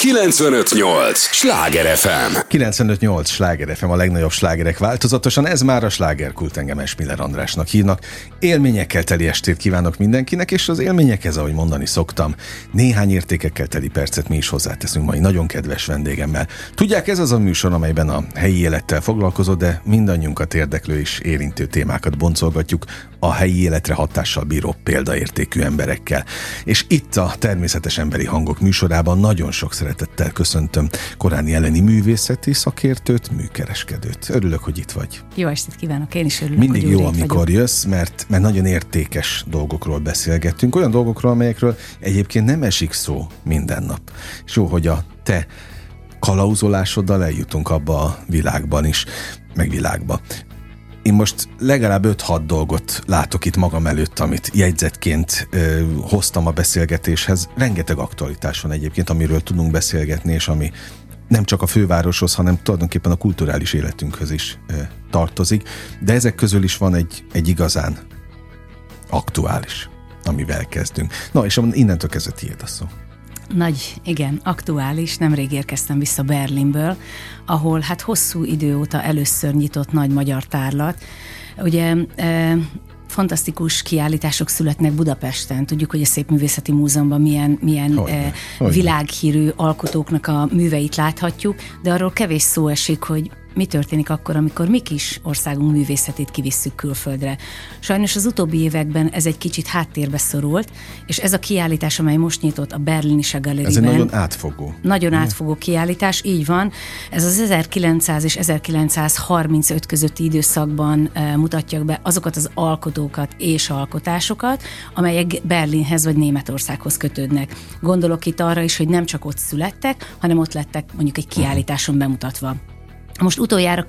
95.8 Sláger FM. 95.8 Sláger FM, a legnagyobb slágerek változatosan. Ez már a slágerkult, engem Esmiller Andrásnak hívnak. Élményekkel teli estét kívánok mindenkinek, és az élményekhez, ahogy mondani szoktam, néhány értékekkel teli percet mi is hozzáteszünk mai nagyon kedves vendégemmel. Tudják, ez az a műsor, amelyben a helyi élettel foglalkozó, de mindannyiunkat érdeklő és érintő témákat boncolgatjuk a helyi életre hatással bíró példaértékű emberekkel. És itt a Természetes Emberi Hangok műsorában nagyon sok szeretettel köszöntöm Koráni Eleni művészeti szakértőt, műkereskedőt. Örülök, hogy itt vagy. Jó estét kívánok, én is örülök, mindig hogy jó, amikor jössz, mert nagyon értékes dolgokról beszélgettünk, olyan dolgokról, amelyekről egyébként nem esik szó minden nap. És jó, hogy a te kalauzolásoddal eljutunk abba a világban is, meg világba. Én most legalább 5-6 dolgot látok itt magam előtt, amit jegyzetként hoztam a beszélgetéshez. Rengeteg aktualitás van egyébként, amiről tudunk beszélgetni, és ami nem csak a fővároshoz, hanem tulajdonképpen a kulturális életünkhöz is tartozik. De ezek közül is van egy igazán aktuális, amivel kezdünk. Na, és innentől kezdve tiéd a szó. Igen, aktuális. Nemrég érkeztem vissza Berlinből, ahol hát hosszú idő óta először nyitott nagy magyar tárlat. Ugye fantasztikus kiállítások születnek Budapesten. Tudjuk, hogy a Szépművészeti Múzeumban milyen világhírű alkotóknak a műveit láthatjuk, de arról kevés szó esik, hogy mi történik akkor, amikor mi kis országunk művészetét kivisszük külföldre. Sajnos az utóbbi években ez egy kicsit háttérbe szorult, és ez a kiállítás, amely most nyitott a Berlinische Galerieben. Ez egy nagyon átfogó. Nagyon átfogó kiállítás, így van. Ez az 1900 és 1935 közötti időszakban mutatják be azokat az alkotókat és alkotásokat, amelyek Berlinhez vagy Németországhoz kötődnek. Gondolok itt arra is, hogy nem csak ott születtek, hanem ott lettek mondjuk egy kiállításon bemutatva. Most utoljára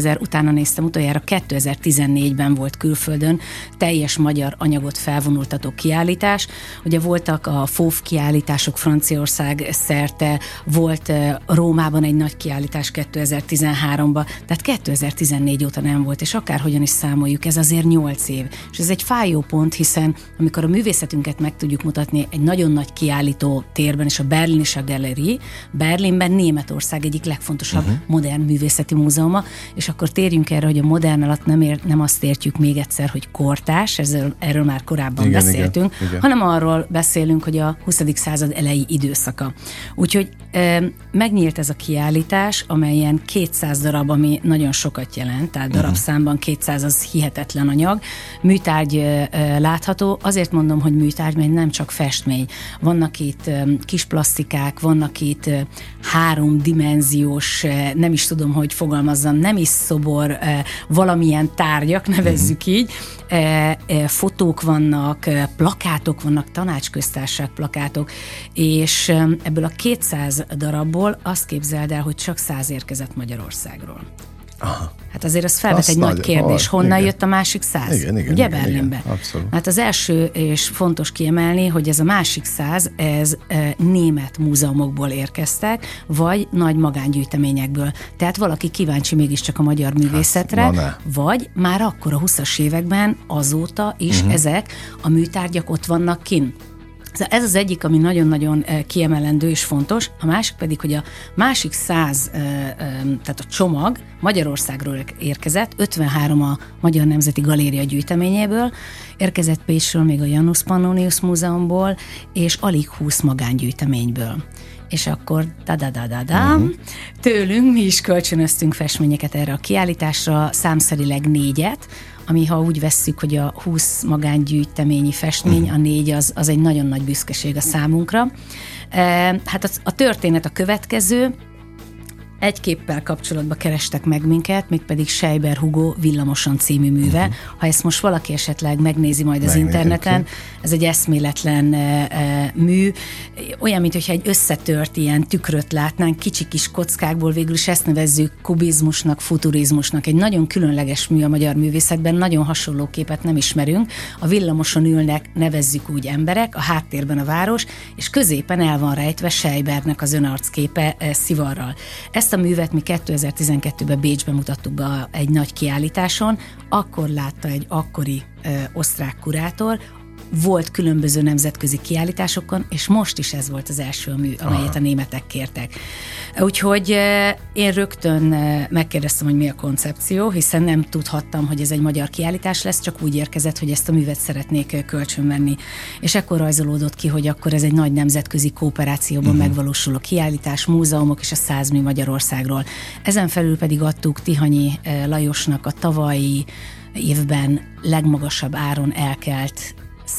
2014-ben volt külföldön teljes magyar anyagot felvonultató kiállítás. Ugye voltak a FOF kiállítások Franciaország szerte, volt Rómában egy nagy kiállítás 2013-ban, tehát 2014 óta nem volt, és akárhogyan is számoljuk, ez azért 8 év. És ez egy fájó pont, hiszen amikor a művészetünket meg tudjuk mutatni egy nagyon nagy kiállító térben, és a Berlinische Galerie, Berlinben Németország egyik legfontosabb modern művészeti múzeuma, és akkor térjünk erre, hogy a modern alatt nem azt értjük még egyszer, hogy kortárs, erről már korábban beszéltünk, igen. Hanem arról beszélünk, hogy a 20. század elejé időszaka. Úgyhogy megnyílt ez a kiállítás, amelyen 200 darab, ami nagyon sokat jelent, tehát darabszámban 200 az hihetetlen anyag, műtárgy látható, azért mondom, hogy műtárgy, mert nem csak festmény. Vannak itt kis plasztikák, vannak itt 3-dimenziós, nem is tudom, hogy fogalmazzam, nem is szobor, valamilyen tárgyak, nevezzük így, fotók vannak, plakátok vannak, tanácsköztársaság plakátok, és ebből a 200 darabból azt képzeld el, hogy csak 100 érkezett Magyarországról. Aha. Hát azért az felvet egy nagy kérdés, honnan jött a másik 100? Ugye Berlinbe? Hát az első, és fontos kiemelni, hogy ez a másik 100, ez német múzeumokból érkeztek, vagy nagy magángyűjteményekből. Tehát valaki kíváncsi mégiscsak a magyar művészetre, vagy már akkor a 20-as években azóta is ezek a műtárgyak ott vannak kint. Ez az egyik, ami nagyon-nagyon kiemelendő és fontos, a másik pedig, hogy a másik 100, tehát a csomag Magyarországról érkezett, 53 a Magyar Nemzeti Galéria gyűjteményéből, érkezett Pécsről még a Janus Pannonius Múzeumból, és alig 20 magángyűjteményből. És akkor tőlünk mi is kölcsönöztünk festményeket erre a kiállításra, számszerileg 4-et, ami ha úgy vesszük, hogy a 20 magángyűjteményi festmény, a 4 az egy nagyon nagy büszkeség a számunkra. Hát a történet a következő, egy képpel kapcsolatban kerestek meg minket, mégpedig Scheiber Hugo Villamoson című műve. Ha ezt most valaki esetleg megnézi majd az interneten, ez egy eszméletlen mű, olyan, mintha egy összetört ilyen tükröt látnánk, kicsi kis kockákból, végül is ezt nevezzük kubizmusnak, futurizmusnak. Egy nagyon különleges mű a magyar művészetben, nagyon hasonló képet nem ismerünk. A villamoson ülnek, nevezzük úgy emberek, a háttérben a város, és középen el van rejtve Scheibernek az önarcképe szivarral. Ezt a művet mi 2012-ben Bécsben mutattuk be egy nagy kiállításon, akkor látta egy akkori osztrák kurátor, volt különböző nemzetközi kiállításokon, és most is ez volt az első mű, amelyet a németek kértek. Úgyhogy én rögtön megkérdeztem, hogy mi a koncepció, hiszen nem tudhattam, hogy ez egy magyar kiállítás lesz, csak úgy érkezett, hogy ezt a művet szeretnék kölcsönvenni. És ekkor rajzolódott ki, hogy akkor ez egy nagy nemzetközi kooperációban megvalósuló kiállítás, múzeumok és a 100 mű Magyarországról. Ezen felül pedig adtuk Tihanyi Lajosnak a tavalyi évben legmagasabb áron elkelt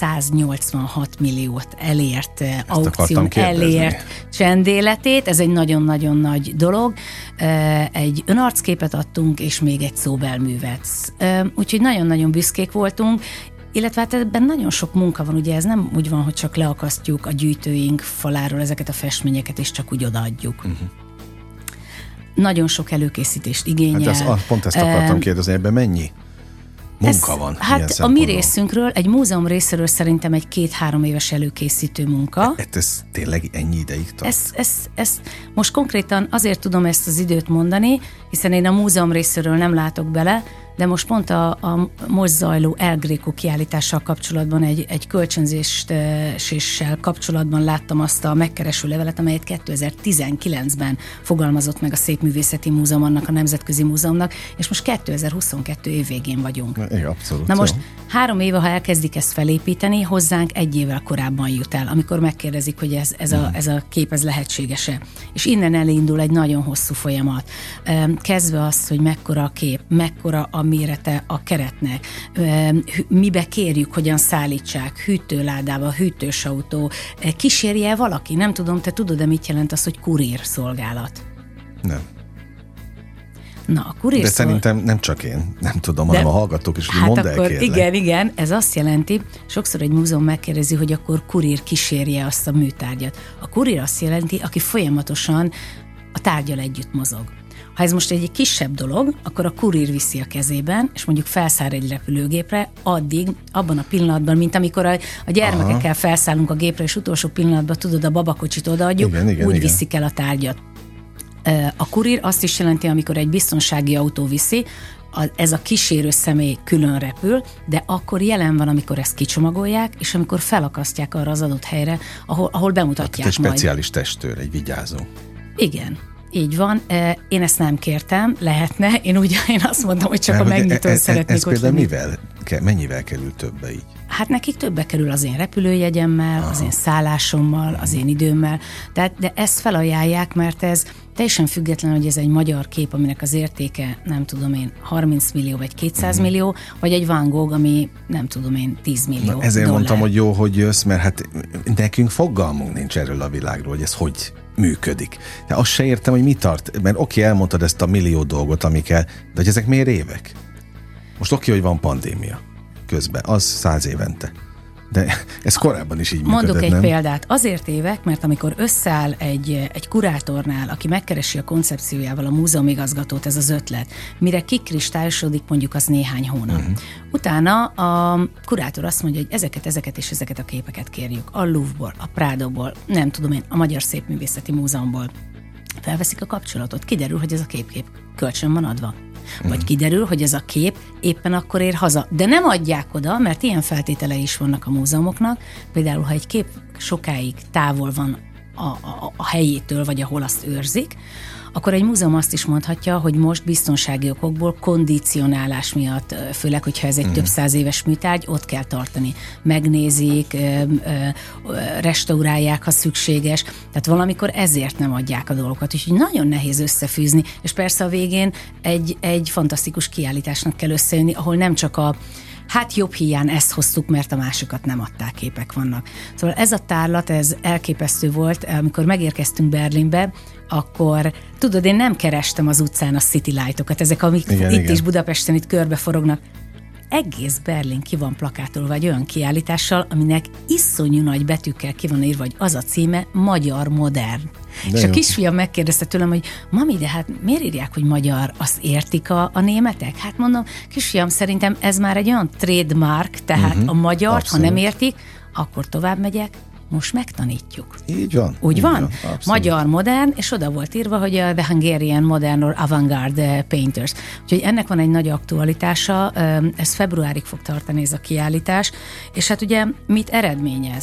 186 milliót elért aukción elért csendéletét. Ez egy nagyon-nagyon nagy dolog. Egy önarcképet adtunk, és még egy szóbelművet. Úgyhogy nagyon-nagyon büszkék voltunk, illetve hát ebben nagyon sok munka van, ugye ez nem úgy van, hogy csak leakasztjuk a gyűjtőink faláról ezeket a festményeket, és csak úgy odaadjuk. Nagyon sok előkészítést igényel. Hát pont ezt akartam kérdezni, ebben mennyi munka van? Hát a mi részünkről, egy múzeum részéről szerintem egy 2-3 éves előkészítő munka. Ez tényleg ennyi ideig tart? Ez most konkrétan azért tudom ezt az időt mondani, hiszen én a múzeum részéről nem látok bele, de most pont a most zajló El Greco kiállítással kapcsolatban egy kölcsönzéssel kapcsolatban láttam azt a megkereső levelet, amelyet 2019-ben fogalmazott meg a Szépművészeti Múzeum, annak a Nemzetközi Múzeumnak, és most 2022 év végén vagyunk. Igen, abszolút. Na most 3 éve, ha elkezdik ezt felépíteni, hozzánk 1 évvel korábban jut el, amikor megkérdezik, hogy ez a kép ez lehetséges-e. És innen elindul egy nagyon hosszú folyamat. Kezdve az, hogy mekkora a kép, mekkora a mérete a keretnek, mibe kérjük, hogyan szállítsák, hűtőládába, hűtős autó, kísérje valaki? Nem tudom, te tudod-e, mit jelent az, hogy kurír szolgálat? Nem. Na, a kurír de szerintem nem csak én, nem tudom, hanem a hallgatók is, hogy mondd el, kérlek. Igen, ez azt jelenti, sokszor egy múzeum megkérdezi, hogy akkor kurír kísérje azt a műtárgyat. A kurír azt jelenti, aki folyamatosan a tárgyal együtt mozog. Ha ez most egy kisebb dolog, akkor a kurír viszi a kezében, és mondjuk felszáll egy repülőgépre, addig, abban a pillanatban, mint amikor a gyermekekkel felszállunk a gépre, és utolsó pillanatban, tudod, a babakocsit odaadjuk, úgy viszik el a tárgyat. A kurír azt is jelenti, amikor egy biztonsági autó viszi, ez a kísérő személy külön repül, de akkor jelen van, amikor ezt kicsomagolják, és amikor felakasztják arra az adott helyre, ahol bemutatják majd. Egy speciális testőr, egy vigyázó. Igen. Így van, én ezt nem kértem, lehetne, én azt mondtam, hogy csak a megnyitón szeretnék ott lenni. Mennyivel kerül többe így? Hát nekik többe kerül az én repülőjegyemmel, az én szállásommal, az én időmmel, de ezt felajánlják, mert ez teljesen független, hogy ez egy magyar kép, aminek az értéke, nem tudom én, 30 millió vagy 200 millió, vagy egy Van Gogh, ami nem tudom én, 10 millió ezért dollár. Mondtam, hogy jó, hogy jössz, mert hát nekünk fogalmunk nincs erről a világról, hogy ez hogy működik. De azt se értem, hogy mi tart, mert oké, elmondtad ezt a millió dolgot, ami kell, de hogy ezek miért évek? Most oké, hogy van pandémia közben, az 100 évente. De ez korábban is így működött, Mondok egy nem? példát. Azért évek, mert amikor összeáll egy kurátornál, aki megkeresi a koncepciójával a múzeumigazgatót, ez az ötlet, mire kikristályosodik, mondjuk az néhány hónap. Utána a kurátor azt mondja, hogy ezeket és ezeket a képeket kérjük. A Louvre-ból, a Prado-ból, nem tudom én, a Magyar Szépművészeti Múzeumból. Felveszik a kapcsolatot, kiderül, hogy ez a kép kölcsön van adva. Vagy kiderül, hogy ez a kép éppen akkor ér haza. De nem adják oda, mert ilyen feltételei is vannak a múzeumoknak. Például, ha egy kép sokáig távol van a helyétől, vagy ahol azt őrzik, akkor egy múzeum azt is mondhatja, hogy most biztonsági okokból, kondicionálás miatt, főleg, hogyha ez egy több 100 éves műtárgy, ott kell tartani. Megnézik, restaurálják, ha szükséges. Tehát valamikor ezért nem adják a dolgokat. Úgyhogy nagyon nehéz összefűzni, és persze a végén egy fantasztikus kiállításnak kell összejönni, ahol nem csak jobb hiány ezt hoztuk, mert a másikat nem adták, képek vannak. Szóval ez a tárlat, ez elképesztő volt. Amikor megérkeztünk Berlinbe, akkor tudod, én nem kerestem az utcán a City Light-okat, ezek, amik igen. is Budapesten itt körbeforognak. Egész Berlin ki van plakátolva egy olyan kiállítással, aminek iszonyú nagy betűkkel ki van írva, hogy az a címe Magyar Modern. De és jó. A kisfiam megkérdezte tőlem, hogy mami, de hát miért írják, hogy magyar, azt értik a németek? Hát mondom, kisfiam, szerintem ez már egy olyan trademark, tehát a magyart, ha nem értik, akkor tovább megyek, most megtanítjuk. Így van. Úgy van? Abszolút. Magyar modern, és oda volt írva, hogy a The Hungarian Modern or Avantgarde Painters. Úgyhogy ennek van egy nagy aktualitása, ez februárig fog tartani ez a kiállítás, és hát ugye mit eredményez?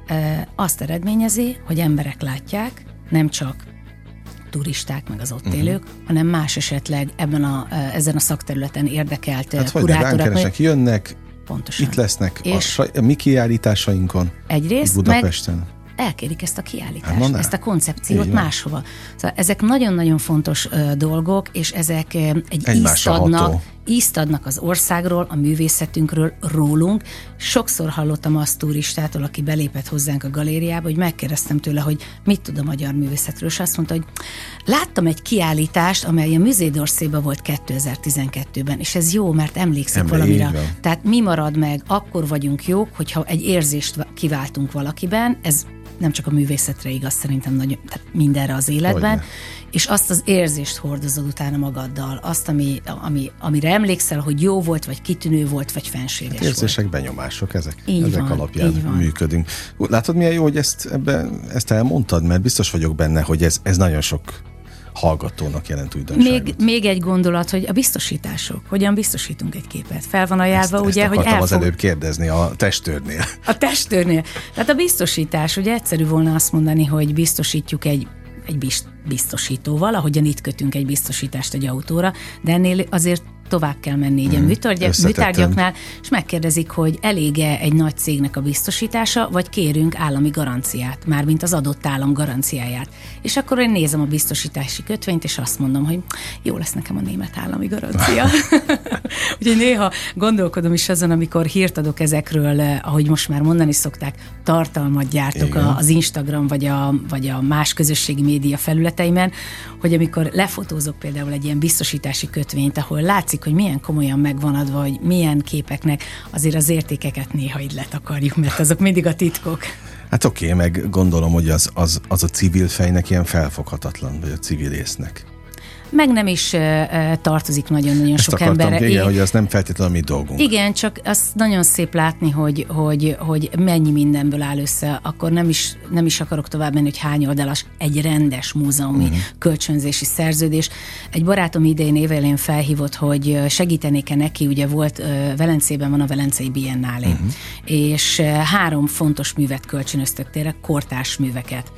Azt eredményezi, hogy emberek látják, nem csak turisták, meg az ott élők, hanem más esetleg ezen a szakterületen érdekelt kurátorok. Ránkeresek, jönnek, pontosan. Itt lesznek a mi kiállításainkon egyrészt, Budapesten. Elkérik ezt a kiállítást, ezt a koncepciót máshova. Szóval ezek nagyon-nagyon fontos dolgok, és ezek egy ízt adnak az országról, a művészetünkről, rólunk. Sokszor hallottam azt turistától, aki belépett hozzánk a galériába, hogy megkérdeztem tőle, hogy mit tud a magyar művészetről, és azt mondta, hogy láttam egy kiállítást, amely a Musée d'Orsayban volt 2012-ben, és ez jó, mert emlékszik valamire. Tehát mi marad meg, akkor vagyunk jók, hogyha egy érzést kiváltunk valakiben, ez nem csak a művészetre igaz, szerintem nagyon, tehát mindenre az életben, hogyne. És azt az érzést hordozod utána magaddal, azt, amire emlékszel, hogy jó volt, vagy kitűnő volt, vagy fenséges volt. Érzések, benyomások, ezek alapján működünk. Látod, milyen jó, hogy ezt elmondtad, mert biztos vagyok benne, hogy ez nagyon sok hallgatónak jelent újdonságot. Még egy gondolat, hogy a biztosítások. Hogyan biztosítunk egy képet? Fel van ajánlva, ugye, hogy az előbb kérdezni a testőrnél. A testőrnél. Tehát a biztosítás, ugye egyszerű volna azt mondani, hogy biztosítjuk egy biztosítóval, ahogyan itt kötünk egy biztosítást egy autóra, de ennél azért tovább kell menni így a műtárgyaknál, és megkérdezik, hogy elég-e egy nagy cégnek a biztosítása, vagy kérünk állami garanciát, mármint az adott állam garanciáját. És akkor én nézem a biztosítási kötvényt, és azt mondom, hogy jó lesz nekem a német állami garancia. Úgyhogy néha gondolkodom is azon, amikor hírt adok ezekről, ahogy most már mondani szokták, tartalmat gyártok az Instagram vagy a más közösségi média felületeimen, hogy amikor lefotózok például egy ilyen biztosítási kötvényt, ahol látszik, hogy milyen komolyan megvan adva, hogy milyen képeknek, azért az értékeket néha így letakarjuk, mert azok mindig a titkok. Hát oké, meg gondolom, hogy az a civil fejnek ilyen felfoghatatlan, vagy a civil észnek. Meg nem is tartozik nagyon-nagyon sok emberre. Igen, hogy az nem feltétlenül a mi dolgunk. Igen, csak azt nagyon szép látni, hogy mennyi mindenből áll össze. Akkor nem is akarok tovább menni, hogy hány oldalas egy rendes múzeumi kölcsönzési szerződés. Egy barátom idején évelején felhívott, hogy segítenék-e neki, ugye volt Velencében van a Velencei Biennálé, és 3 fontos művet kölcsönöztök tényleg, kortárs műveket.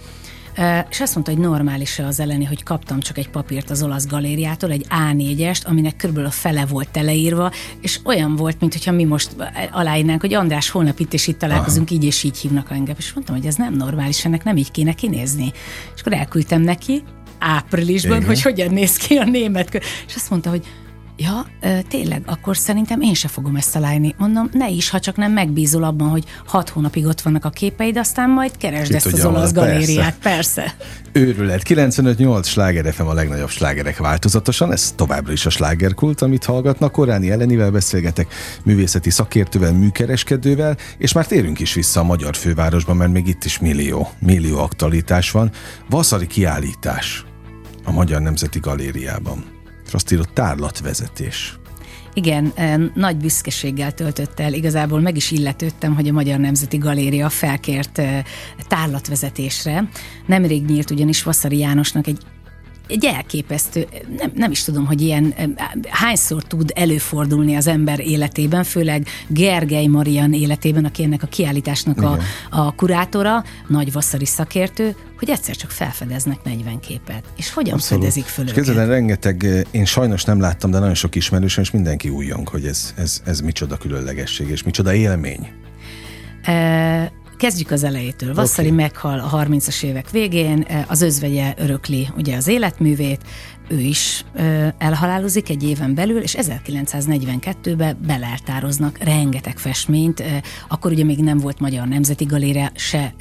És azt mondta, hogy normális-e az eleni, hogy kaptam csak egy papírt az olasz galériától, egy A4-est, aminek körülbelül a fele volt teleírva, és olyan volt, mintha mi most aláírnánk, hogy András, holnap itt és itt találkozunk, így és így hívnak engem. És mondtam, hogy ez nem normális, ennek nem így kéne kinézni. És akkor elküldtem neki áprilisban, hogy hogyan néz ki a német. És azt mondta, hogy ja, tényleg, akkor szerintem én se fogom ezt aláírni. Mondom, ne is, ha csak nem megbízol abban, hogy 6 hónapig ott vannak a képeid, aztán majd keresd ezt az olasz galériát. Persze. Őrület. 95.8 Sláger FM a legnagyobb slágerek változatosan. Ez továbbra is a slágerkult, amit hallgatnak. Koráni Elenivel beszélgetek, művészeti szakértővel, műkereskedővel, és már térünk is vissza a magyar fővárosba, mert még itt is millió aktualitás van. Vasari kiállítás a Magyar Nemzeti Galériában. Azt írott tárlatvezetés. Igen, nagy büszkeséggel töltött el, igazából meg is illetődtem, hogy a Magyar Nemzeti Galéria felkért tárlatvezetésre. Nemrég nyílt ugyanis Vasari Jánosnak egy elképesztő, nem is tudom, hogy ilyen hányszor tud előfordulni az ember életében, főleg Gergely Marian életében, aki ennek a kiállításnak a kurátora, nagy vasari szakértő, hogy egyszer csak felfedeznek 40 képet. És hogyan fedezik föl őket? Képzeld, rengeteg, én sajnos nem láttam, de nagyon sok ismerősen, és mindenki újjong, hogy ez micsoda különlegesség, és micsoda élmény. Kezdjük az elejétől. Vasszari meghal a 30-as évek végén, az özvegye örökli ugye az életművét, ő is elhalálozik egy éven belül, és 1942-ben beleltároznak rengeteg festményt, akkor ugye még nem volt Magyar Nemzeti Galéria, se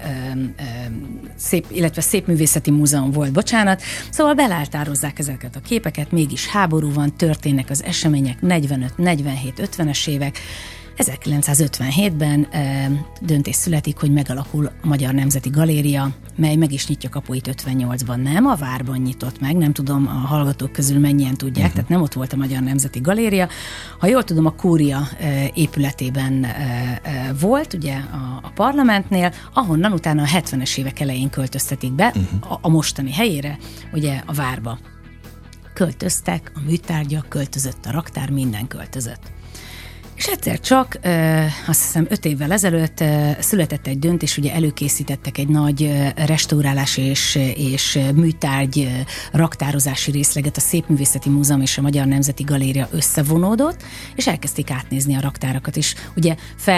Szépművészeti Múzeum volt, bocsánat, szóval beleltározzák ezeket a képeket, mégis háború van, történnek az események, 45, 47, 50-es évek, 1957-ben döntés születik, hogy megalakul a Magyar Nemzeti Galéria, mely meg is nyitja kapuit 58-ban. Nem a Várban nyitott meg, nem tudom, a hallgatók közül mennyien tudják, tehát nem ott volt a Magyar Nemzeti Galéria. Ha jól tudom, a Kúria épületében volt, ugye a parlamentnél, ahonnan utána a 70-es évek elején költöztetik be a mostani helyére, ugye a Várba. Költöztek, a műtárgyak, költözött a raktár, minden költözött. És egyszer csak, azt hiszem 5 évvel ezelőtt született egy döntés, ugye előkészítettek egy nagy restaurálás és műtárgy raktározási részleget, a Szépművészeti Múzeum és a Magyar Nemzeti Galéria összevonódott, és elkezdték átnézni a raktárakat is. Ugye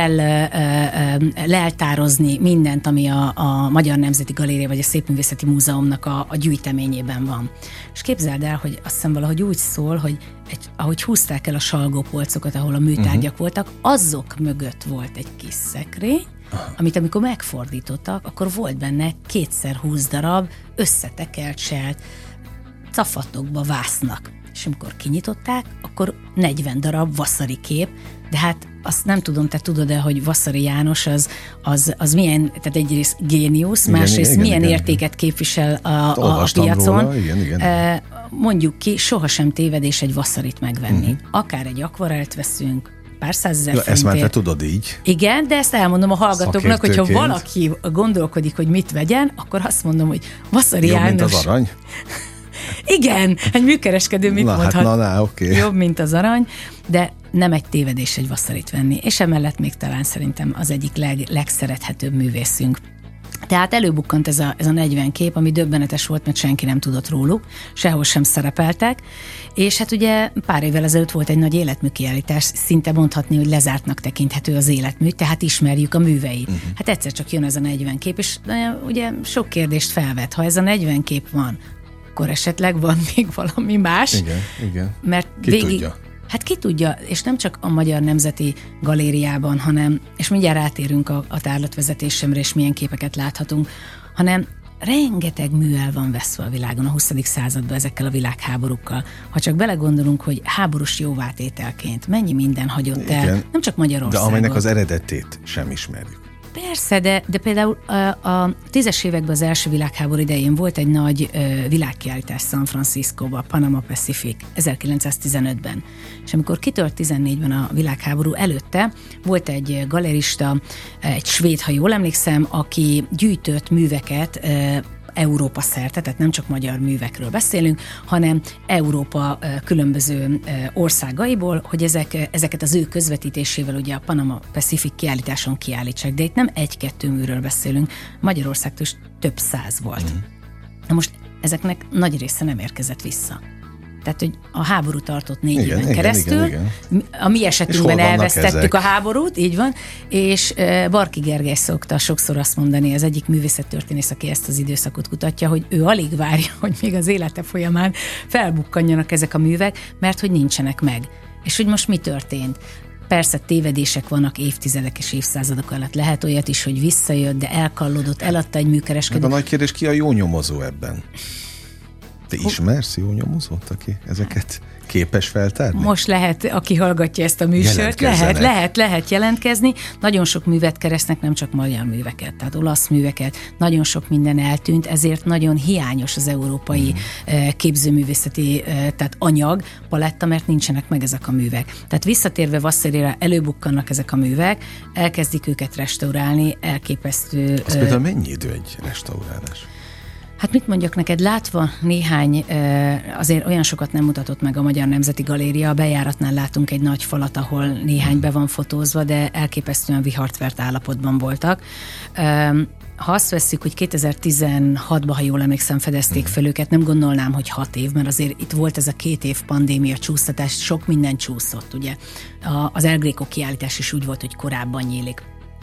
leltározni mindent, ami a Magyar Nemzeti Galéria vagy a Szépművészeti Múzeumnak a gyűjteményében van. És képzeld el, hogy azt hiszem valahogy úgy szól, hogy ahogy húzták el a salgópolcokat, ahol a műtárgyak voltak, azok mögött volt egy kis szekrény, amit amikor megfordítottak, akkor volt benne 2x20 darab összetekelt selt cafatokba vásznak. És amikor kinyitották, akkor 40 darab Vasari kép, de hát azt nem tudom, te tudod-e, hogy Vasari János az milyen, tehát egyrészt géniusz, másrészt milyen értéket képvisel a piacon. Róla, igen. Mondjuk ki, sohasem tévedés egy Vasarit megvenni. Akár egy akvarelt veszünk, pár százezer forintért. Ezt már te tudod így. Igen, de ezt elmondom a hallgatóknak, hogyha valaki gondolkodik, hogy mit vegyen, akkor azt mondom, hogy Vasari János... Jobb, mint az arany? Igen, egy műkereskedő mit mondhat? Okay. Jobb, mint az arany, de nem egy tévedés egy Vasarit venni. És emellett még talán szerintem az egyik legszerethetőbb művészünk. Tehát előbukkant ez a 40 kép, ami döbbenetes volt, mert senki nem tudott róluk, sehol sem szerepeltek, és hát ugye pár évvel ezelőtt volt egy nagy életműkiállítás, szinte mondhatni, hogy lezártnak tekinthető az életmű, tehát ismerjük a műveit. Hát egyszer csak jön ez a 40 kép, és ugye sok kérdést felvet. Ha ez a 40 kép van, akkor esetleg van még valami más. Igen. Mert tudja? Hát ki tudja, és nem csak a Magyar Nemzeti Galériában, hanem, és mindjárt rátérünk a tárlatvezetésemre, és milyen képeket láthatunk, hanem rengeteg mű el van veszve a világon a 20. században ezekkel a világháborúkkal. Ha csak belegondolunk, hogy háborús jóvátételként mennyi minden hagyott el, nem csak Magyarországon. De amelynek az eredetét sem ismerjük. Persze, de például a 10-es években az első világháború idején volt egy nagy világkiállítás San Franciscóban, Panama Pacific, 1915-ben. És amikor kitört 14-ben a világháború előtte, volt egy galerista, egy svéd, ha jól emlékszem, aki gyűjtött műveket Európa szerte, tehát nem csak magyar művekről beszélünk, hanem Európa különböző országaiból, hogy ezeket az ő közvetítésével ugye a Panama Pacific kiállításon kiállítsák. De itt nem 1-2 műről beszélünk, Magyarországtól is több 100 volt. Na most ezeknek nagy része nem érkezett vissza. Tehát, hogy a háború tartott 4 éven keresztül. Igen. A mi esetünkben elvesztettük ezek a háborút, így van, és Barki Gergely szokta sokszor azt mondani, az egyik művészettörténész, aki ezt az időszakot kutatja, hogy ő alig várja, hogy még az élete folyamán felbukkanjanak ezek a művek, mert hogy nincsenek meg. És hogy most mi történt? Persze tévedések vannak évtizedek és évszázadok alatt. Lehet olyat is, hogy visszajött, de elkallódott, eladta egy műkereskedő. Meg a nagy kérdés, ki a jó nyomozó ebben? Te ismersz jó nyomozót, aki ezeket képes feltárni? Most lehet, aki hallgatja ezt a műsort, lehet jelentkezni. Nagyon sok művet keresnek, nem csak magyar műveket, tehát olasz műveket, nagyon sok minden eltűnt, ezért nagyon hiányos az európai képzőművészeti tehát anyag, paletta, mert nincsenek meg ezek a művek. Tehát visszatérve Vasarira előbukkannak ezek a művek, elkezdik őket restaurálni, elképesztő... Az például mennyi idő egy restaurálás? Hát mit mondjak neked, látva néhány, azért olyan sokat nem mutatott meg a Magyar Nemzeti Galéria, a bejáratnál látunk egy nagy falat, ahol néhány be van fotózva, de elképesztően vihartvert állapotban voltak. Ha azt vesszük, hogy 2016-ban, ha jól emlékszem, fedezték fel őket, nem gondolnám, hogy 6 év, mert azért itt volt ez a 2 év pandémia csúsztatás, sok minden csúszott, ugye. Az El Greco kiállítás is úgy volt, hogy korábban nyílik.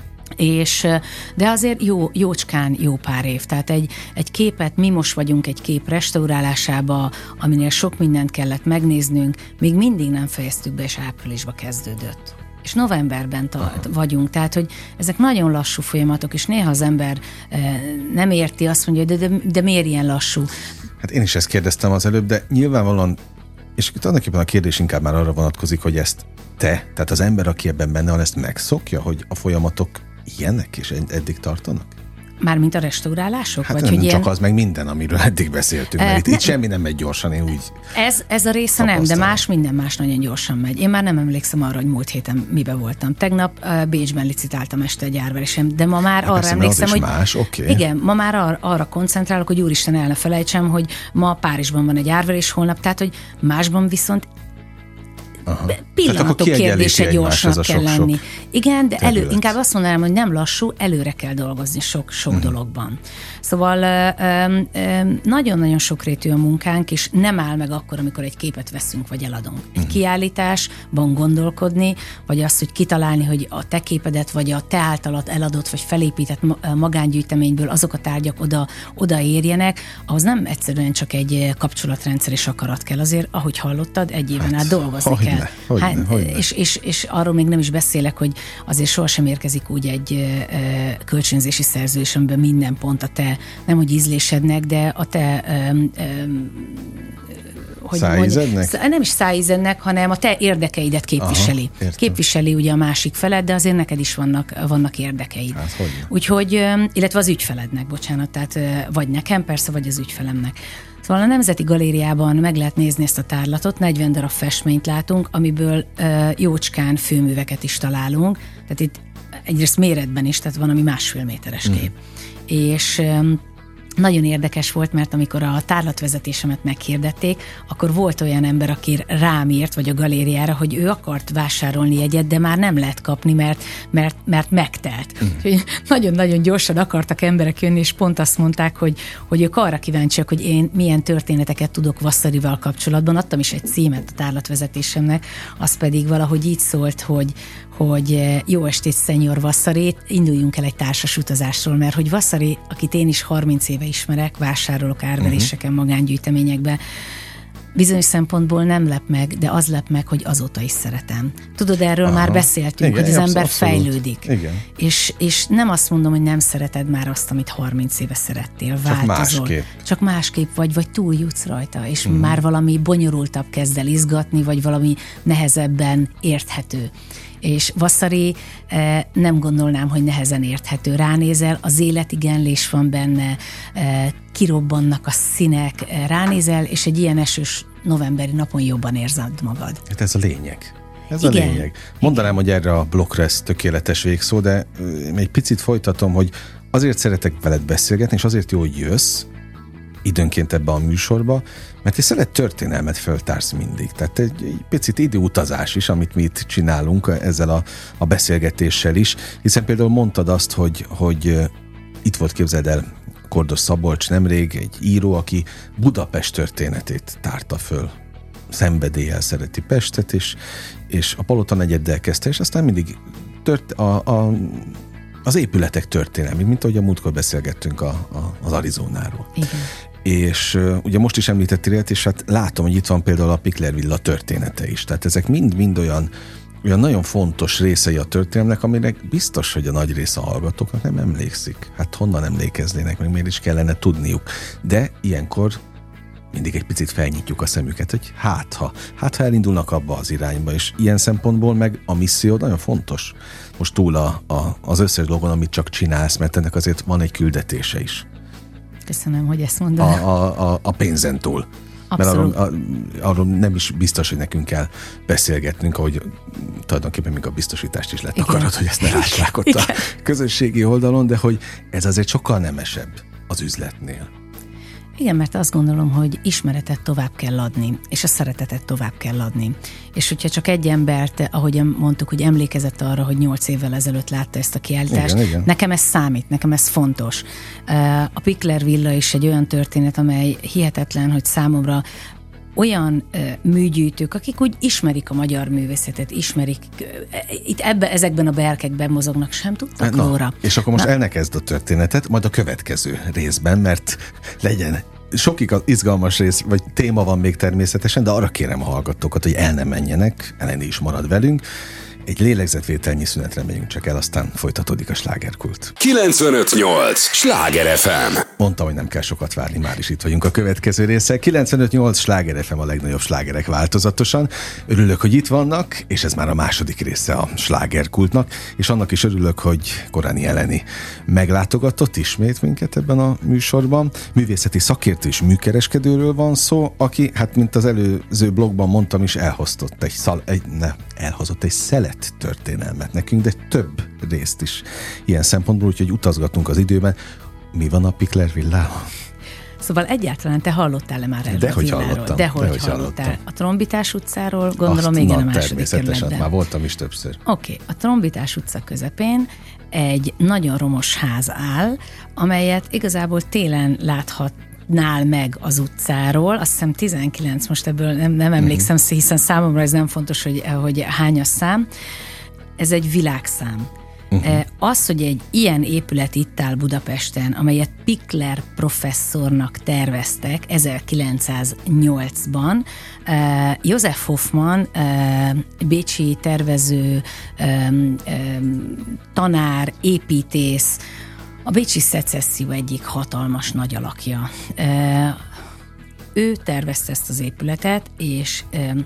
De azért jócskán jó pár év. Tehát egy képet, mi most vagyunk egy kép restaurálásába, aminél sok mindent kellett megnéznünk, még mindig nem fejeztük be, és áprilisba kezdődött. És novemberben vagyunk, tehát hogy ezek nagyon lassú folyamatok, és néha az ember nem érti, azt mondja, de miért ilyen lassú? Hát én is ezt kérdeztem az előbb, de nyilvánvalóan És tulajdonképpen a kérdés inkább már arra vonatkozik, hogy ezt tehát az ember, aki ebben benne van, ezt megszokja, hogy a folyamatok ilyenek, és eddig tartanak? Mármint a restaurálások? Hát vagy nem hogy csak ilyen... az, meg minden, amiről eddig beszéltünk, mert itt semmi nem megy gyorsan, én úgy Ez a része nem, de minden más nagyon gyorsan megy. Én már nem emlékszem arra, hogy múlt héten mibe voltam. Tegnap Bécsben licitáltam este egy árverésem, de ma már arra persze, emlékszem, hogy más, okay. Igen, ma már arra koncentrálok, hogy úristen, el ne felejtsem, hogy ma Párizsban van egy árverés, holnap, tehát hogy másban viszont pillanatok kérdése gyorsnak kell lenni. Igen, de inkább azt mondanám, hogy nem lassú, előre kell dolgozni sok dologban. Szóval nagyon-nagyon sokrétű a munkánk, és nem áll meg akkor, amikor egy képet veszünk, vagy eladunk. Egy kiállításban gondolkodni, vagy azt, hogy kitalálni, hogy a te képedet, vagy a te általad eladott, vagy felépített magángyűjteményből azok a tárgyak oda érjenek, ahhoz nem egyszerűen csak egy kapcsolatrendszer és akarat kell. Azért, ahogy hallottad, egy éven át dolgozni kell. Hogyne. És arról még nem is beszélek, hogy azért sohasem érkezik úgy egy kölcsönzési szerződés, amiben minden pont a te, nem hogy ízlésednek, de a te szájízednek? Nem is szájízednek, hanem a te érdekeidet képviseli. Aha, képviseli ugye a másik feled, de azért neked is vannak érdekeid. Hát, úgyhogy, illetve az ügyfelednek, bocsánat, tehát vagy nekem persze, vagy az ügyfelemnek. Szóval a Nemzeti Galériában meg lehet nézni ezt a tárlatot, 40 darab festményt látunk, amiből jócskán főműveket is találunk, tehát itt egyrészt méretben is, tehát van, ami 1,5 méteres kép. És nagyon érdekes volt, mert amikor a tárlatvezetésemet meghirdették, akkor volt olyan ember, aki rám írt, vagy a galériára, hogy ő akart vásárolni jegyet, de már nem lehet kapni, mert megtelt. Nagyon-nagyon gyorsan akartak emberek jönni, és pont azt mondták, hogy ők arra kíváncsiak, hogy én milyen történeteket tudok Vasszarival kapcsolatban. Adtam is egy címet a tárlatvezetésemnek, az pedig valahogy így szólt, hogy jó estét, Szenyor Vasszari, induljunk el egy társas utazásról, mert hogy Vasszari, akit én is 30 éve ismerek, vásárolok árveréseken, magángyűjteményekbe, bizonyos szempontból nem lep meg, de az lep meg, hogy azóta is szeretem. Tudod, erről már beszéltünk, igen, hogy az ember fejlődik. És nem azt mondom, hogy nem szereted már azt, amit 30 éve szerettél, változol. Csak másképp vagy túljutsz rajta, és már valami bonyolultabb kezd el izgatni, vagy valami nehezebben érthető. És Vasszari nem gondolnám, hogy nehezen érthető. Ránézel, az életigenlés van benne, kirobbannak a színek, ránézel, és egy ilyen esős novemberi napon jobban érzed magad. Hát ez a lényeg. Ez igen, a lényeg. Mondanám, hogy erre a blokkra ez tökéletes végszó, de egy picit folytatom, hogy azért szeretek veled beszélgetni, és azért jó, hogy jössz időnként ebbe a műsorba, mert egy szelet történelmet föltársz mindig. Tehát egy picit időutazás is, amit mi itt csinálunk ezzel a beszélgetéssel is, hiszen például mondtad azt, hogy itt volt, képzeld el, Kordos Szabolcs nemrég, egy író, aki Budapest történetét tárta föl. Szenvedéllyel szereti Pestet, és a Palota negyeddel kezdte, és aztán mindig az épületek történelmi, mint ahogy a múltkor beszélgettünk az Arizonáról. Igen. És ugye most is említettél ilyet, és hát látom, hogy itt van például a Pikler villa története is. Tehát ezek mind olyan nagyon fontos részei a történelmnek, aminek biztos, hogy a nagy része a hallgatóknak nem emlékszik. Hát honnan emlékeznének, meg miért is kellene tudniuk. De ilyenkor mindig egy picit felnyitjuk a szemüket, hogy hát ha elindulnak abba az irányba, és ilyen szempontból meg a misszió nagyon fontos. Most túl az összes dolgon, amit csak csinálsz, mert ennek azért van egy küldetése is. Köszönöm, hogy ezt mondod. A pénzen túl. Abszolút. Mert arról nem is biztos, hogy nekünk kell beszélgetnünk, ahogy tulajdonképpen még a biztosítást is akarod, hogy ezt ne lássák ott a közösségi oldalon, de hogy ez azért sokkal nemesebb az üzletnél. Igen, mert azt gondolom, hogy ismeretet tovább kell adni, és a szeretetet tovább kell adni. És hogyha csak egy embert, ahogy mondtuk, hogy emlékezett arra, hogy 8 évvel ezelőtt látta ezt a kiállítást, igen. Nekem ez számít, nekem ez fontos. A Pikler villa is egy olyan történet, amely hihetetlen, hogy számomra olyan műgyűjtők, akik úgy ismerik a magyar művészetet, ismerik, itt ezekben a berkekben mozognak, sem tudtak róla. És akkor most el ne kezd a történetet, majd a következő részben, mert legyen sok izgalmas rész, vagy téma van még természetesen, de arra kérem a hallgatókat, hogy el ne menjenek, Eleni is marad velünk, Egy lélegzetvételnyi szünetre megyünk csak el, aztán folytatódik a slágerkult. 95.8 Sláger FM. Mondtam, hogy nem kell sokat várni, már is itt vagyunk a következő része. 95.8 Sláger FM, a legnagyobb slágerek változatosan. Örülök, hogy itt vannak, és ez már a második része a slágerkultnak, és annak is örülök, hogy Korányi Eleni meglátogatott ismét minket ebben a műsorban. Művészeti szakértő és műkereskedőről van szó, aki, hát mint az előző blogban mondtam is, elhozott egy szelet történelmet nekünk, de több részt is ilyen szempontból, úgyhogy utazgatunk az időben. Mi van a Pikler villával? Szóval egyáltalán te hallottál-e már erről a villáról? Dehogy hallottál. A Trombitás utcáról, gondolom még a második természetesen, kerületben. már voltam is többször. Oké, a Trombitás utca közepén egy nagyon romos ház áll, amelyet igazából télen láthatnál meg az utcáról. Azt hiszem 19, most ebből nem emlékszem, hiszen számomra ez nem fontos, hogy hányas szám. Ez egy világszám. Az, hogy egy ilyen épület itt áll Budapesten, amelyet Pikler professzornak terveztek 1908-ban, József Hoffmann, bécsi tervező, tanár, építész, a bécsi szecesszió egyik hatalmas nagy alakja. Ő tervezte ezt az épületet, és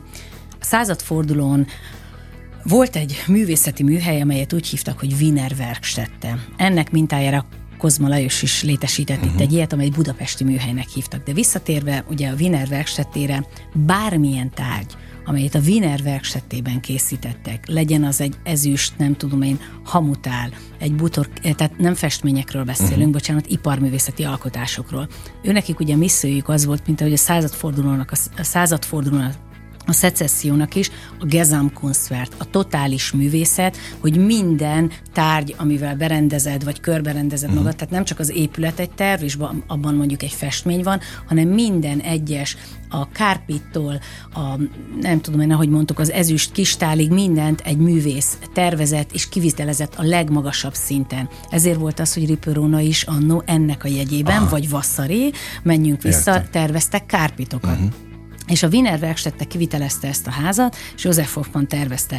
a századfordulón volt egy művészeti műhely, amelyet úgy hívtak, hogy Wiener Werkstätte. Ennek mintájára Kozma Lajos is létesített itt egy ilyet, amely budapesti műhelynek hívtak. De visszatérve ugye a Wiener Werkstättére, bármilyen tárgy, amelyet a Wiener Werkstättében készítettek, legyen az egy ezüst, nem tudom én, hamutál, egy butor, tehát nem festményekről beszélünk, bocsánat, iparművészeti alkotásokról. Őnekik ugye missziójuk az volt, mint ahogy a századfordulónak, a szecessziónak is, a Gesamtkunstwerk, a totális művészet, hogy minden tárgy, amivel berendezed, vagy körberendezed magad, tehát nem csak az épület egy terv, és abban mondjuk egy festmény van, hanem minden egyes, a kárpittól, nem tudom én, ahogy mondtuk, az ezüst kistálig mindent egy művész tervezett és kivitelezett a legmagasabb szinten. Ezért volt az, hogy Riperono is annó ennek a jegyében, vagy Vasari, menjünk vissza, terveztek kárpitokat. És a Wiener Werkstätte kivitelezte ezt a házat, és József Hoffmann tervezte.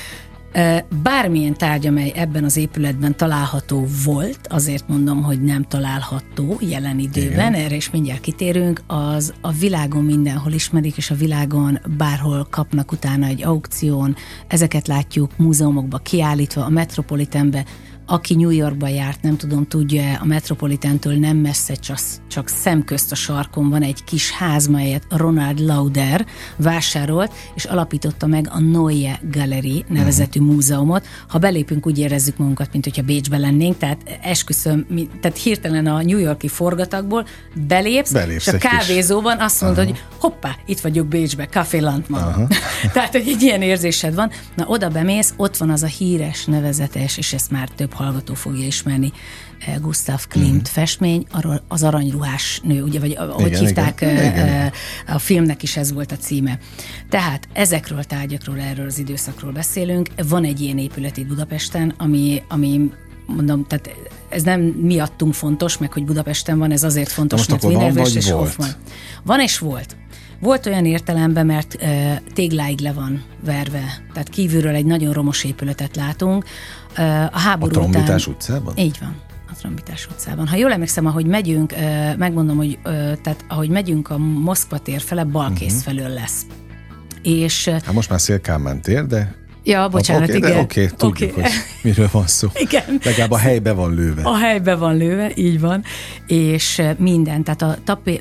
Bármilyen tárgy, amely ebben az épületben található volt, azért mondom, hogy nem található jelen időben, erre is mindjárt kitérünk, az a világon mindenhol ismerik, és a világon bárhol kapnak utána egy aukción, ezeket látjuk múzeumokba kiállítva, a Metropolitanbe. Aki New Yorkba járt, nem tudom, tudja, a Metropolitantől nem messze, csak szemközt a sarkon van egy kis ház, melyet Ronald Lauder vásárolt, és alapította meg a Neue Galerie nevezetű múzeumot. Ha belépünk, úgy érezzük magunkat, mint hogyha Bécsben lennénk, tehát esküszöm, tehát hirtelen a New York-i forgatagból belépsz és a kávézóban azt mondod, hogy hoppá, itt vagyok Bécsbe, Café Landmann. Tehát, hogy egy ilyen érzésed van. Na, oda bemész, ott van az a híres, nevezetes, és ezt már több hallgató fogja ismerni, Gustav Klimt festmény, arról az aranyruhás nő, ugye, vagy ahogy hívták, igen. A filmnek is ez volt a címe. Tehát ezekről a tárgyakról, erről az időszakról beszélünk. Van egy ilyen épület itt Budapesten, ami mondom, tehát ez nem miattunk fontos, meg hogy Budapesten van, ez azért fontos, mert Wiener és Hoffmann. Van és volt. Volt olyan értelemben, mert tégláig le van verve, tehát kívülről egy nagyon romos épületet látunk. A háború után... A Trombitás utcában? Így van, a Trombitás utcában. Ha jól emlékszem, ahogy megyünk, megmondom, hogy tehát ahogy megyünk a Moszkva tér fele, Balkész felől lesz. És... Hát most már Széll-Kálmán tér, de... Ja, bocsánat, igen. Oké, tudjuk, hogy miről van szó. Igen. Legalább a helybe van lőve. A helybe van lőve, így van. És minden, tehát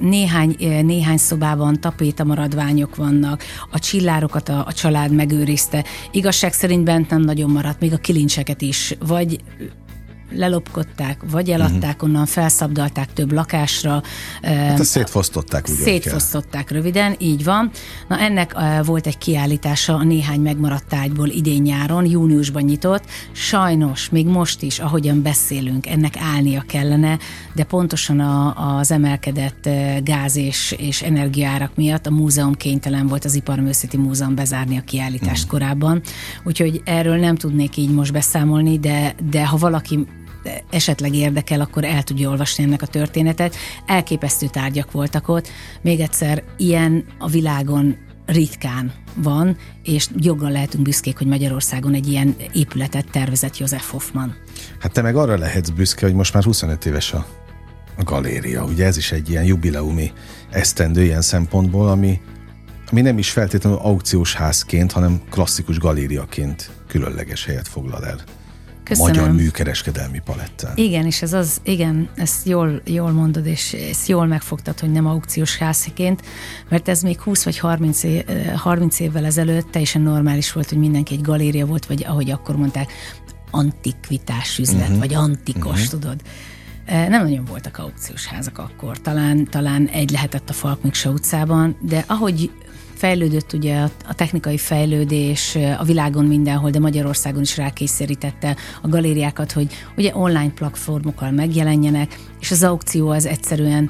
néhány szobában tapétamaradványok vannak, a csillárokat a család megőrizte. Igazság szerint bent nem nagyon maradt, még a kilincseket is, vagy lelopkodták, vagy eladták onnan, felszabdalták több lakásra. Hát ezt szétfosztották, ugye? Szétfosztották röviden, így van. Na, ennek volt egy kiállítása a néhány megmaradt tárgyból idén nyáron, júniusban nyitott. Sajnos, még most is, ahogyan beszélünk, ennek állnia kellene, de pontosan az emelkedett gáz és energiaárak miatt a múzeum kénytelen volt, az Iparművészeti Múzeum bezárni a kiállítást korábban. Úgyhogy erről nem tudnék így most beszámolni, de ha valaki esetleg érdekel, akkor el tudja olvasni ennek a történetet. Elképesztő tárgyak voltak ott. Még egyszer, ilyen a világon ritkán van, és joggal lehetünk büszkék, hogy Magyarországon egy ilyen épületet tervezett Josef Hoffmann. Hát te meg arra lehetsz büszke, hogy most már 25 éves a galéria. Ugye ez is egy ilyen jubileumi esztendő ilyen szempontból, ami nem is feltétlenül aukciós házként, hanem klasszikus galériaként különleges helyet foglal el. Köszönöm. Magyar műkereskedelmi palettán. Igen, és ezt jól mondod, és ezt jól megfogtad, hogy nem aukciós házként, mert ez még 20 vagy 30 évvel ezelőtt teljesen normális volt, hogy mindenki egy galéria volt, vagy ahogy akkor mondták, antikvitás üzlet, vagy antikos, tudod. Nem nagyon voltak aukciós házak akkor. Talán egy lehetett a Falk-Miksa utcában, de ahogy fejlődött ugye a technikai fejlődés a világon mindenhol, de Magyarországon is rákényszerítette a galériákat, hogy ugye online platformokkal megjelenjenek, és az aukció az egyszerűen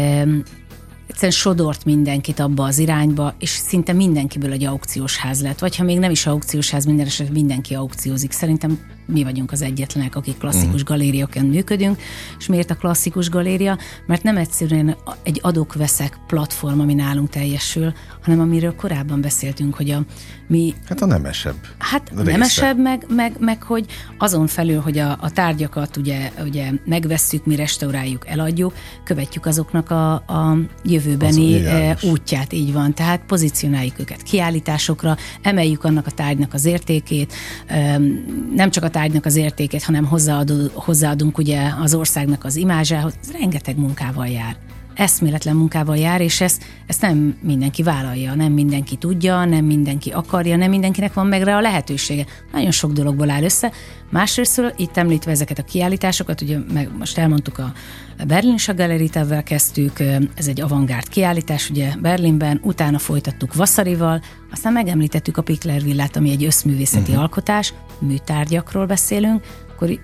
sodort mindenkit abba az irányba, és szinte mindenkiből egy aukciós ház lett. Vagy ha még nem is aukciós ház, minden esetben mindenki aukciózik. Szerintem mi vagyunk az egyetlenek, akik klasszikus galériaként működünk. És miért a klasszikus galéria? Mert nem egyszerűen egy adok-veszek platform, ami nálunk teljesül, hanem amiről korábban beszéltünk, hogy Hát a nemesebb. Hát a nemesebb, meg hogy azon felül, hogy a tárgyakat ugye megvesszük, mi restauráljuk, eladjuk, követjük azoknak a jövőbeni útját, így van. Tehát pozícionáljuk őket kiállításokra, emeljük annak a tárgynak az értékét, nem csak a tárgynak az értékét, hanem hozzáadunk ugye az országnak az imázsához. Ez rengeteg munkával jár. Eszméletlen munkával jár, és ezt nem mindenki vállalja, nem mindenki tudja, nem mindenki akarja, nem mindenkinek van meg rá a lehetősége. Nagyon sok dologból áll össze. Másrésztről itt említve ezeket a kiállításokat, ugye most elmondtuk a Berlin Galerievel kezdtük, ez egy avantgárd kiállítás, ugye Berlinben, utána folytattuk Vasarival, aztán megemlítettük a Pikler villát, ami egy összművészeti alkotás, műtárgyakról beszélünk, akkor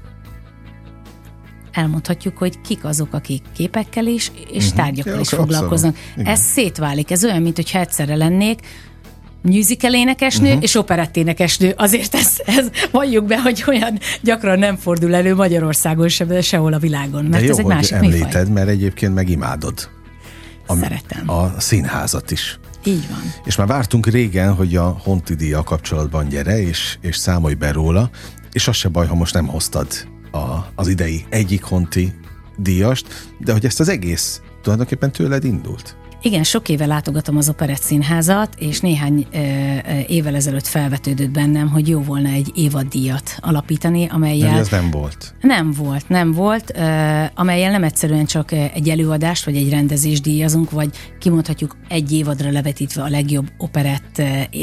elmondhatjuk, hogy kik azok, akik képekkel is, és tárgyakkal is foglalkoznak. Ez szétválik, ez olyan, mint hogyha egyszerre lennék musical énekesnő és operetténekesnő. Azért ez valljuk be, hogy olyan gyakran nem fordul elő Magyarországon sehol a világon. Mert de jó, ez egy másik említed, műfaj. mert egyébként megimádod. Szeretem. A színházat is. Így van. És már vártunk régen, hogy a Honti díjjal kapcsolatban gyere, és számolj be róla, és az se baj, ha most nem hoztad az idei egyik Honti díjast, de hogy ezt az egész tulajdonképpen tőled indult. Igen, sok éve látogatom az Operett Színházat, és néhány évvel ezelőtt felvetődött bennem, hogy jó volna egy évaddíjat alapítani, amellyel... Nem, ez nem volt. Nem volt, amellyel nem egyszerűen csak egy előadást, vagy egy rendezést díjazunk, vagy kimondhatjuk egy évadra levetítve a legjobb operett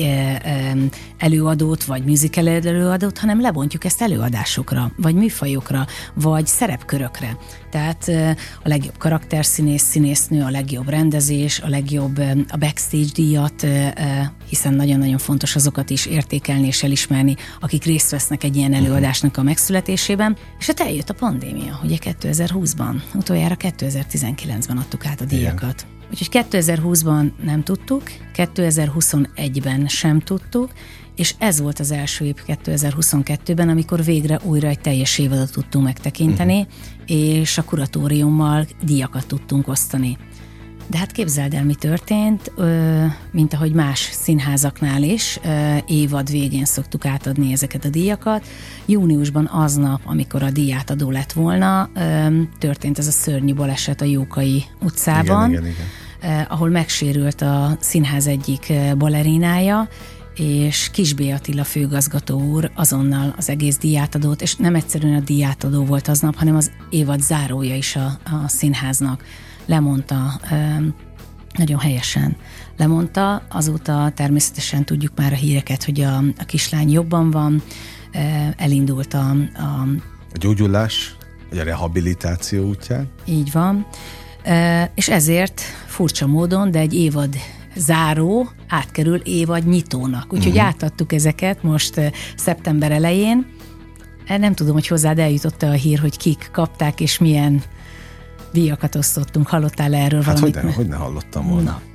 előadót, vagy musical előadót, hanem lebontjuk ezt előadásokra, vagy műfajokra, vagy szerepkörökre. Tehát a legjobb karakterszínész, színésznő, a legjobb rendezés, a legjobb a backstage díjat, hiszen nagyon-nagyon fontos azokat is értékelni és elismerni, akik részt vesznek egy ilyen előadásnak a megszületésében. És hát eljött a pandémia, ugye 2020-ban, utoljára 2019-ben adtuk át a díjakat. Úgyhogy 2020-ban nem tudtuk, 2021-ben sem tudtuk, és ez volt az első év 2022-ben, amikor végre újra egy teljes évadot tudtunk megtekinteni, és a kuratóriummal díjakat tudtunk osztani. De hát képzeld el, mi történt, mint ahogy más színházaknál is, évad végén szoktuk átadni ezeket a díjakat. Júniusban aznap, amikor a díjátadó lett volna, történt ez a szörnyű baleset a Jókai utcában, igen. Ahol megsérült a színház egyik balerinája, és Kis B. Attila főigazgató úr azonnal az egész díjátadót, és nem egyszerűen a díjátadó volt aznap, hanem az évad zárója is a színháznak lemondta, nagyon helyesen lemondta. Azóta természetesen tudjuk már a híreket, hogy a kislány jobban van, elindult a gyógyulás, vagy a rehabilitáció útján. Így van, és ezért furcsa módon, de egy évad záró átkerül évad nyitónak. Úgyhogy átadtuk ezeket most szeptember elején. Nem tudom, hogy hozzád eljutott a hír, hogy kik kapták, és milyen díjakat osztottunk. Hallottál erről valamit? Hát hogy ne hallottam volna. Na.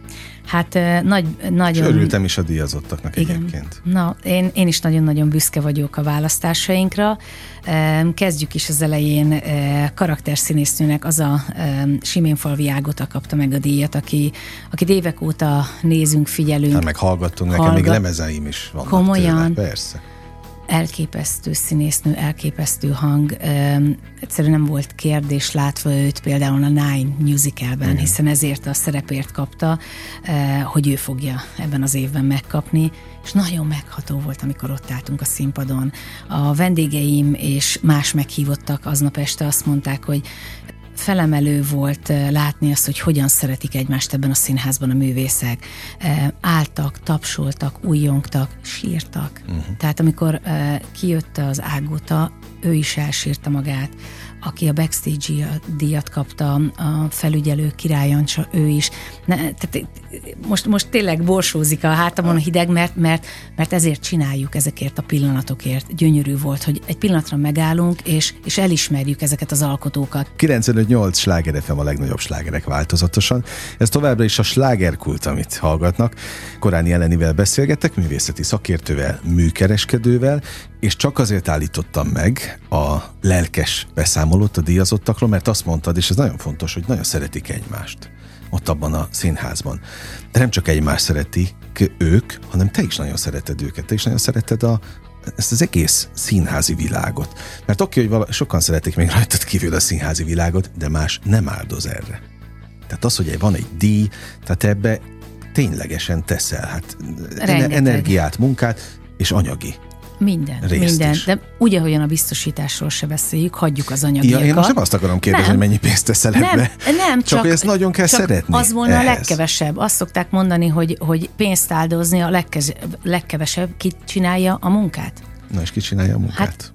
Hát nagyon... És örültem is a díjazottaknak. Igen. Egyébként. Na, én is nagyon-nagyon büszke vagyok a választásainkra. Kezdjük is az elején. Karakterszínésznőnek az a Siménfalvi Ágota kapta meg a díjat, akit évek óta nézünk, figyelünk. Hát meg hallgattunk, nekem még lemezeim is vannak. Komolyan. Tőle, persze. Elképesztő színésznő, elképesztő hang. Egyszerűen nem volt kérdés látva őt például a Nine musicalben, hiszen ezért a szerepért kapta, hogy ő fogja ebben az évben megkapni, és nagyon megható volt, amikor ott álltunk a színpadon. A vendégeim és más meghívottak aznap este azt mondták, hogy felemelő volt látni azt, hogy hogyan szeretik egymást ebben a színházban a művészek. Álltak, tapsoltak, újjongtak, sírtak. Tehát amikor kijött az Ágota, ő is elsírta magát. Aki a backstage díjat kapta, a felügyelő Király Jancsa, ő is. Tehát most tényleg borsózik a hátamon a hideg, mert ezért csináljuk, ezekért a pillanatokért. Gyönyörű volt, hogy egy pillanatra megállunk, és elismerjük ezeket az alkotókat. 95.8 Sláger FM a legnagyobb slágerek változatosan. Ez továbbra is a slágerkult, amit hallgatnak. Koráni Elenivel beszélgettek, művészeti szakértővel, műkereskedővel, és csak azért állítottam meg a lelkes beszámolót a díjazottakról, mert azt mondtad, és ez nagyon fontos, hogy nagyon szeretik egymást ott abban a színházban. De nem csak egymást szeretik ők, hanem te is nagyon szereted őket, te is nagyon szereted ezt az egész színházi világot. Mert oké, hogy sokan szeretik még rajtad kívül a színházi világot, de más nem áldoz erre. Tehát az, hogy van egy díj, tehát ebbe ténylegesen teszel, hát energiát, munkát és anyagi. Minden. De úgy, ahogyan a biztosításról se beszéljük, hagyjuk az anyagiakat. Ja, én most nem azt akarom kérdezni, hogy mennyi pénzt teszel ebbe. Nem, csak hogy ezt nagyon kell szeretni. Az volna ehhez a legkevesebb. Azt szokták mondani, hogy pénzt áldozni a legkevesebb. Ki csinálja a munkát? Na, és ki csinálja a munkát? Hát,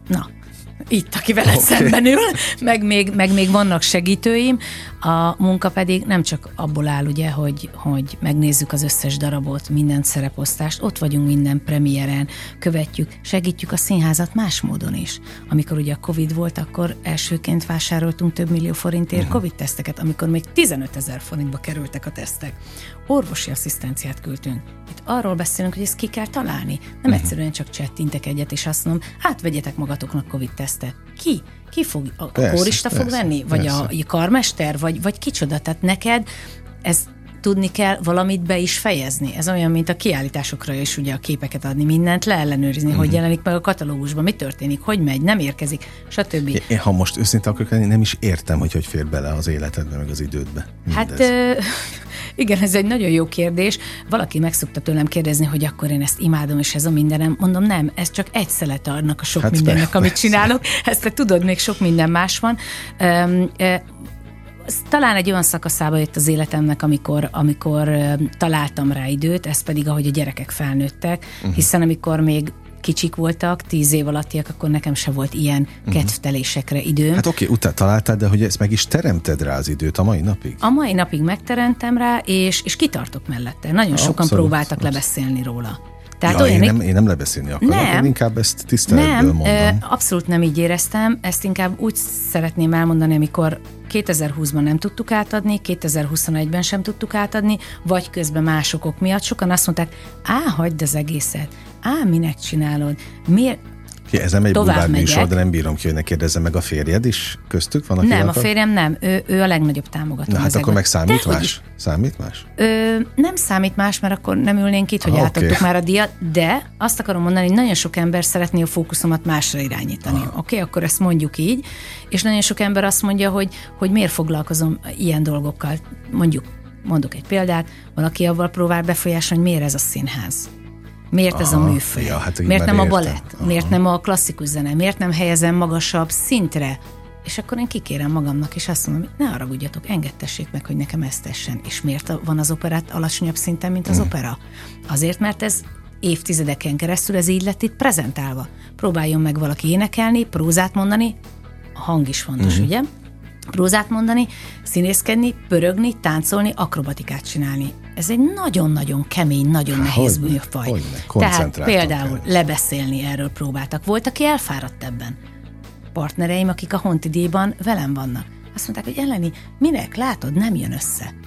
itt, aki veled szemben ül, meg még vannak segítőim. A munka pedig nem csak abból áll, ugye, hogy megnézzük az összes darabot, minden szereposztást, ott vagyunk minden premiéren, követjük, segítjük a színházat más módon is. Amikor ugye a Covid volt, akkor elsőként vásároltunk több millió forintért Covid-teszteket, amikor még 15 000 forintba kerültek a tesztek. Orvosi asszisztenciát küldtünk. Itt arról beszélünk, hogy ezt ki kell találni. Nem egyszerűen csak csettintek egyet, és azt mondom, vegyetek magatoknak Covid-tesztet. Ki fog? A kórista fog venni? Vagy a karmester? Vagy kicsoda? Tehát neked ez tudni kell valamit be is fejezni. Ez olyan, mint a kiállításokra is ugye a képeket adni, mindent leellenőrizni, hogy jelenik meg a katalógusban, mi történik, hogy megy, nem érkezik, stb. Én, ha most őszinte akarok lenni, nem is értem, hogy fér bele az életedbe, meg az idődbe. Mindez. Hát igen, ez egy nagyon jó kérdés. Valaki meg szokta tőlem kérdezni, hogy akkor én ezt imádom, és ez a mindenem. Mondom, nem, ez csak egy szelete annak a sok mindennek, amit csinálok. Ezt te tudod, még sok minden más van. Talán egy olyan szakaszába jött az életemnek, amikor találtam rá időt, ez pedig ahogy a gyerekek felnőttek, hiszen amikor még kicsik voltak, 10 év alattiak, akkor nekem se volt ilyen kedvtelésekre időm. Hát oké, utána találtál, de hogy ezt meg is teremted rá az időt a mai napig? A mai napig megteremtem rá, és kitartok mellette. Nagyon sokan próbáltak lebeszélni róla. Tehát én nem lebeszélni akarok, én inkább ezt tiszteletből mondom. Abszolút nem így éreztem, ezt inkább úgy szeretném elmondani, amikor 2020-ban nem tudtuk átadni, 2021-ben sem tudtuk átadni, vagy közben más okok miatt. Sokan azt mondták, hagyd az egészet, minek csinálod, miért? Ez nem egy bulvárműsor, de nem bírom ki, hogy ne kérdezzem meg, a férjed is köztük van? Nem, a férjem nem, ő a legnagyobb támogató. Na hát akkor meg számít más? Számít más? Nem számít más, mert akkor nem ülnénk itt, hogy átadtuk már a díjat, de azt akarom mondani, hogy nagyon sok ember szeretné a fókuszomat másra irányítani. Oké, akkor ezt mondjuk így, és nagyon sok ember azt mondja, hogy miért foglalkozom ilyen dolgokkal. Mondok egy példát, valaki avval próbál befolyásolni, hogy miért ez a színház. Miért ez a műfaj? Miért nem a balett? Miért nem a klasszikus zene? Miért nem helyezem magasabb szintre? És akkor én kikérem magamnak, és azt mondom, hogy ne haragudjatok, engedtessék meg, hogy nekem ezt tessen. És miért van az operát alacsonyabb szinten, mint az opera? Azért, mert ez évtizedeken keresztül ez így lett itt prezentálva. Próbáljon meg valaki énekelni, prózát mondani, a hang is fontos, ugye? Prózát mondani, színészkedni, pörögni, táncolni, akrobatikát csinálni. Ez egy nagyon-nagyon kemény, nagyon nehéz műfaj. Tehát például lebeszélni erről próbáltak. Volt, aki elfáradt ebben. Partnereim, akik a Honti díjban velem vannak. Azt mondták, hogy Eleni, minek látod, nem jön össze.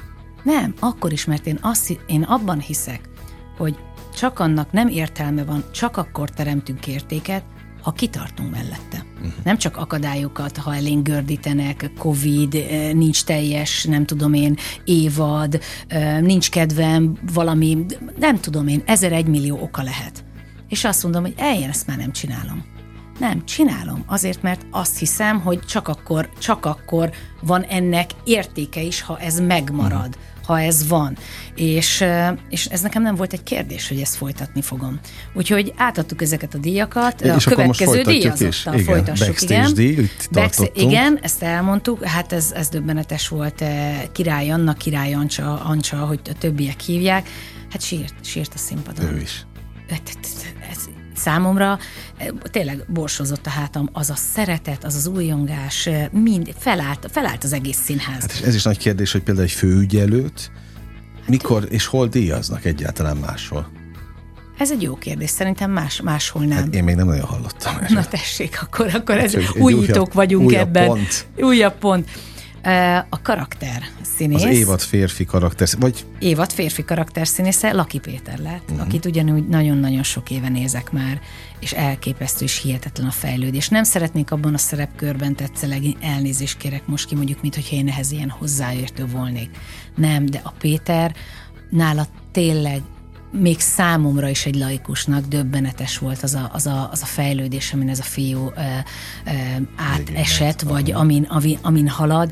Nem, akkor is, mert én abban hiszek, hogy csak annak nem értelme van, csak akkor teremtünk értéket, ha kitartunk mellette. Nem csak akadályokat, ha elénk gördítenek, Covid, nincs teljes, nem tudom én, évad, nincs kedvem, valami, nem tudom én, 1001 millió oka lehet. És azt mondom, hogy én ezt már nem csinálom. Nem, csinálom. Azért, mert azt hiszem, hogy csak akkor van ennek értéke is, ha ez megmarad, ha ez van. És ez nekem nem volt egy kérdés, hogy ezt folytatni fogom. Úgyhogy átadtuk ezeket a díjakat, a következő díjazottal folytassuk. Backstage díj, itt tartottunk. Igen, ezt elmondtuk, hát ez döbbenetes volt. Király Anna, Király Ancsa, hogy a többiek hívják, hát sírt a színpadon. Ő is. Ez számomra tényleg borsozott a hátam, az a szeretet, az újongás, mind felállt az egész színház. Hát és ez is nagy kérdés, hogy például egy főügyelőt mikor és hol díjaznak egyáltalán máshol? Ez egy jó kérdés, szerintem máshol nem. Hát én még nem nagyon hallottam. Na tessék, akkor ez újítók vagyunk újabb ebben. Pont. Újabb pont. A karakter színész. Az évad férfi karakter, vagy... Évad férfi karakter színésze Laki Péter lett, akit ugyanúgy nagyon-nagyon sok éve nézek már, és elképesztő és hihetetlen a fejlődés. Nem szeretnék abban a szerepkörben tetszelegni, elnézést kérek most ki, mondjuk, mint hogyha én ehhez ilyen hozzáértő volnék. Nem, de a Péter nála tényleg még számomra is egy laikusnak döbbenetes volt az a fejlődés, amin ez a fiú átesett, vagy amin halad.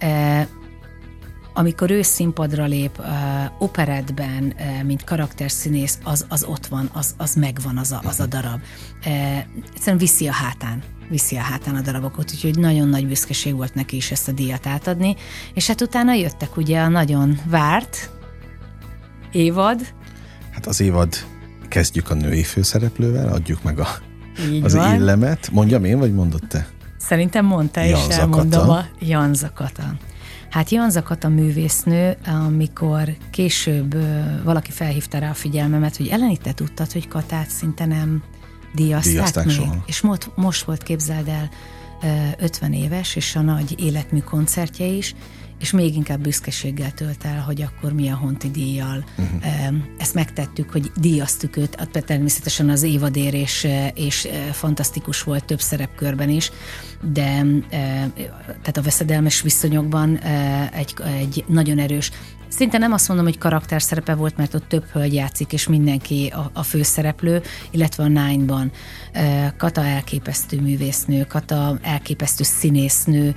Amikor ő színpadra lép operettben, mint karakterszínész, az ott van, az megvan az a darab. Egyszerűen viszi a hátán a darabokat, úgyhogy nagyon nagy büszkeség volt neki is ezt a díjat átadni, és hát utána jöttek ugye a nagyon várt évad. Hát az évad, kezdjük a női főszereplővel, adjuk meg az illemet. Mondjam én, vagy mondod te? Szerintem mondta, és elmondom a Janza Kata. Hát Janza Kata művésznő, amikor később valaki felhívta rá a figyelmemet, hogy Eleni, te tudtad, hogy Katát szinte nem díjazták még? Soha. És most volt, képzeld el, 50 éves, és a nagy életmű koncertje is, és még inkább büszkeséggel tölt el, hogy akkor mi a Honti díjjal. Ezt megtettük, hogy díjaztuk őt, természetesen az évadér, és fantasztikus volt több szerepkörben is, de tehát a veszedelmes viszonyokban egy nagyon erős, szinte nem azt mondom, hogy karakterszerepe volt, mert ott több hölgy játszik, és mindenki a főszereplő, illetve a Nine-ban. Kata elképesztő művésznő, Kata elképesztő színésznő,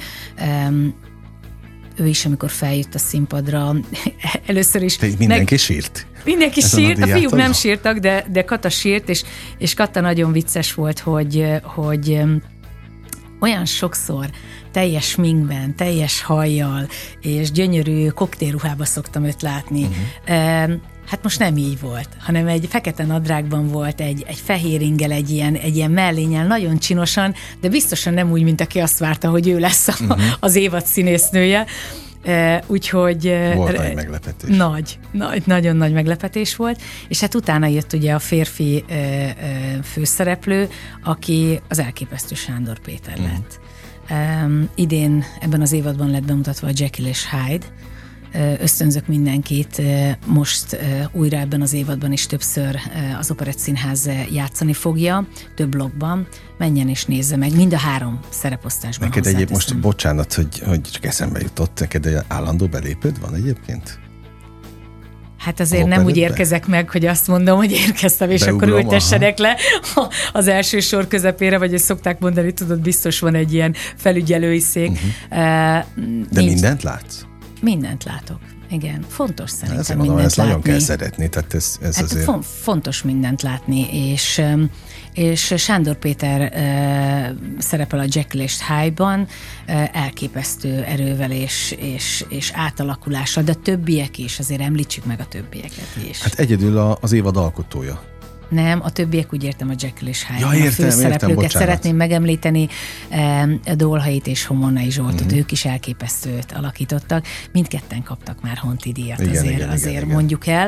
ő is, amikor feljött a színpadra, először is... Mindenki sírt? Mindenki sírt, a fiúk nem sírtak, de Kata sírt, és Kata nagyon vicces volt, hogy olyan sokszor teljes sminkben, teljes hajjal, és gyönyörű koktélruhába szoktam őt látni. Hát most nem így volt, hanem egy fekete nadrágban volt, egy fehér ingel, egy ilyen mellénnyel, nagyon csinosan, de biztosan nem úgy, mint aki azt várta, hogy ő lesz az évad színésznője. Úgyhogy... Volt nagy meglepetés. Nagyon nagy meglepetés volt, és hát utána jött ugye a férfi főszereplő, aki az elképesztő Sándor Péter lett. Idén ebben az évadban lett bemutatva a Jekyll és Hyde. Ösztönzök mindenkit, most újra ebben az évadban is többször az Operett Színház játszani fogja, több blokkban, menjen és nézze meg, mind a 3 szereposztásban. Neked egyéb most, bocsánat, hogy csak eszembe jutott, neked egy állandó belépőd van egyébként? Hát azért nem úgy érkezek meg, hogy azt mondom, hogy érkeztem, és akkor ültessenek le az első sor közepére, vagy ezt szokták mondani, tudod, biztos van egy ilyen felügyelői szék. De mindent látsz? Mindent látok, igen. Fontos szerintem mondom, mindent ezt látni. Nagyon kell szeretni, tehát ez hát azért... Fontos mindent látni, és Sándor Péter szerepel a Jekyll és Hyde-ban elképesztő erővel és átalakulással, de többiek is, azért említsük meg a többieket is. Hát egyedül az évad alkotója. Nem, a többiek úgy értem a Jekyll és Hyde. Ja, értem, a főszereplőket bocsánat. Szeretném megemlíteni, Dolhait és Homonnai Zsoltot, ők is elképesztőt alakítottak. Mindketten kaptak már Honti díjat, azért mondjuk el.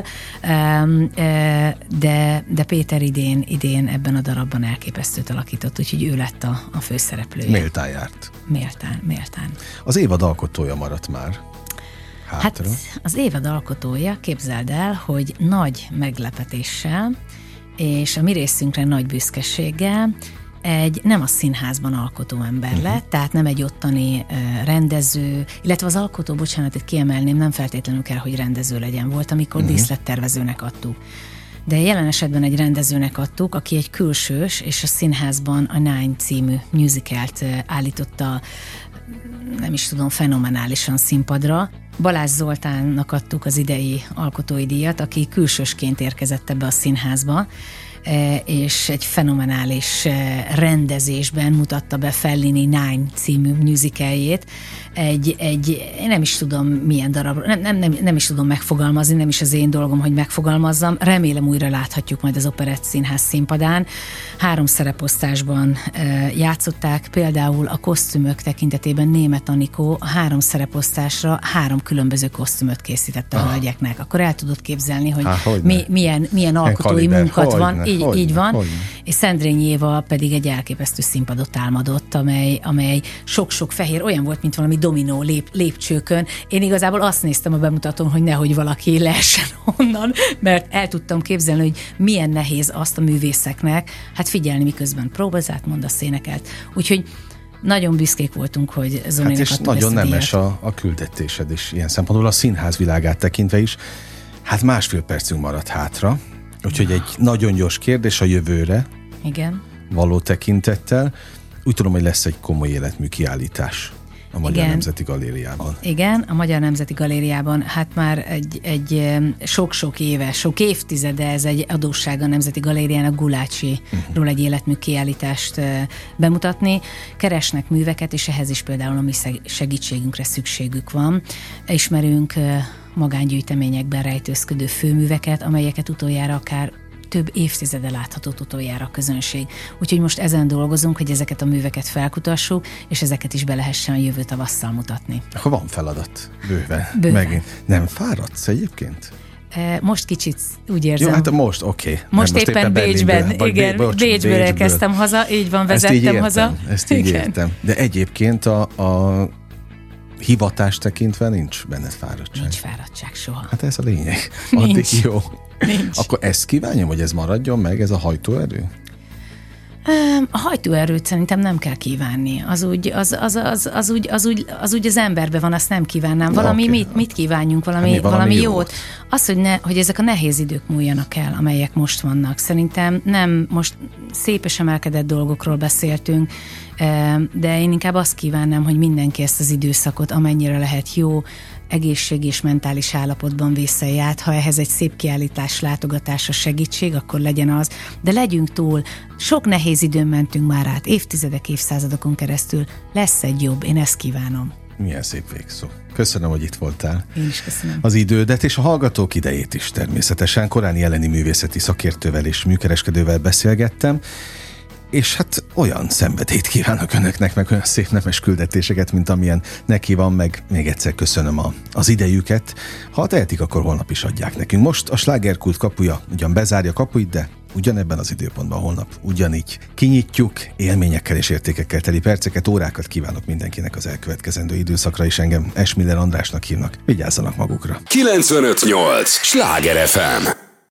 De Péter idén ebben a darabban elképesztőt alakított, úgyhogy ő lett a főszereplője. Méltán járt. Méltán. Az évad alkotója maradt már. hátra. Hát az évad alkotója, képzeld el, hogy nagy meglepetéssel, és a mi részünkre nagy büszkeséggel nem a színházban alkotó ember lett, tehát nem egy ottani rendező, illetve az alkotó, bocsánat, itt kiemelném, nem feltétlenül kell, hogy rendező legyen. Volt, amikor díszlettervezőnek adtuk. De jelen esetben egy rendezőnek adtuk, aki egy külsős, és a színházban a Nine című musicalt állította, nem is tudom, fenomenálisan színpadra. Balázs Zoltánnak adtuk az idei alkotói díjat, aki külsősként érkezett ebbe a színházba, és egy fenomenális rendezésben mutatta be Fellini Nine című musicaljét. Én nem is tudom milyen darabra, nem is tudom megfogalmazni, nem is az én dolgom, hogy megfogalmazzam. Remélem újra láthatjuk majd az Operett Színház színpadán. 3 szereposztásban játszották, például a kosztümök tekintetében Németh Anikó a 3 szereposztásra 3 különböző kosztümöt készített a hölgyeknek. Akkor el tudod képzelni, hogy milyen alkotói munkat van. Így van. És Szendrényi Éva pedig egy elképesztő színpadot álmodott, amely sok-sok fehér, olyan volt, mint valami dominó lépcsőkön. Én igazából azt néztem a bemutatón, hogy nehogy valaki leessen onnan, mert el tudtam képzelni, hogy milyen nehéz azt a művészeknek, hát figyelni, miközben próbázát mondasz, énekelt. Úgyhogy nagyon büszkék voltunk, hogy Zolinak és nagyon nemes a küldetésed is ilyen szempontból, a színház világát tekintve is. Hát 1,5 percünk maradt hátra, úgyhogy egy nagyon gyors kérdés a jövőre. Igen. Való tekintettel. Úgy tudom, hogy lesz egy komoly életmű kiállítás a Magyar Nemzeti Galériában. Igen, a Magyar Nemzeti Galériában hát már egy sok-sok éve, sok évtizede ez egy adósság a Nemzeti Galériának Gulácsiról egy életmű kiállítást bemutatni. Keresnek műveket, és ehhez is például a mi segítségünkre szükségük van. Ismerünk magángyűjteményekben rejtőzködő főműveket, amelyeket utoljára akár több évtizede láthatott utoljára a közönség. Úgyhogy most ezen dolgozunk, hogy ezeket a műveket felkutassuk, és ezeket is be lehessen a jövő tavasszal mutatni. Akkor van feladat. Bőven. Megint. Nem fáradsz egyébként? Most kicsit úgy érzem. Jó, hát most oké. Most éppen Bécsben. Igen, Bécsből érkeztem haza, így van, vezettem haza. Ezt így értem. De egyébként a hivatást tekintve nincs benned fáradtság. Nincs fáradtság soha. Hát ez a lényeg. Addig jó. Nincs. Akkor ezt kívánjam, hogy ez maradjon meg, ez a hajtóerő? A hajtóerőt szerintem nem kell kívánni. Az úgy az emberben van, azt nem kívánnám. Mit kívánjunk? Valami jót. Az, hogy ezek a nehéz idők múljanak el, amelyek most vannak. Szerintem nem, most szép és emelkedett dolgokról beszéltünk, de én inkább azt kívánnám, hogy mindenki ezt az időszakot amennyire lehet jó, egészség és mentális állapotban vészelje át. Ha ehhez egy szép kiállítás látogatása segítség, akkor legyen az. De legyünk túl. Sok nehéz időn mentünk már át, évtizedek, évszázadokon keresztül. Lesz egy jobb, én ezt kívánom. Milyen szép végszó. Köszönöm, hogy itt voltál. Én is köszönöm. Az idődet és a hallgatók idejét is természetesen. Koráni Jeleni művészeti szakértővel és műkereskedővel beszélgettem, és hát olyan szenvedélyt kívánok önöknek, meg olyan szép nemes küldetéseket, mint amilyen neki van, meg még egyszer köszönöm az idejüket. Ha tehetik, akkor holnap is adják nekünk. Most a Slágerkult kapuja ugyan bezárja kapuit, de ugyanebben az időpontban holnap ugyanígy kinyitjuk, élményekkel és értékekkel teli perceket, órákat kívánok mindenkinek az elkövetkezendő időszakra, és engem Esmiller Andrásnak hívnak. Vigyázzanak magukra. 95.8 Sláger FM.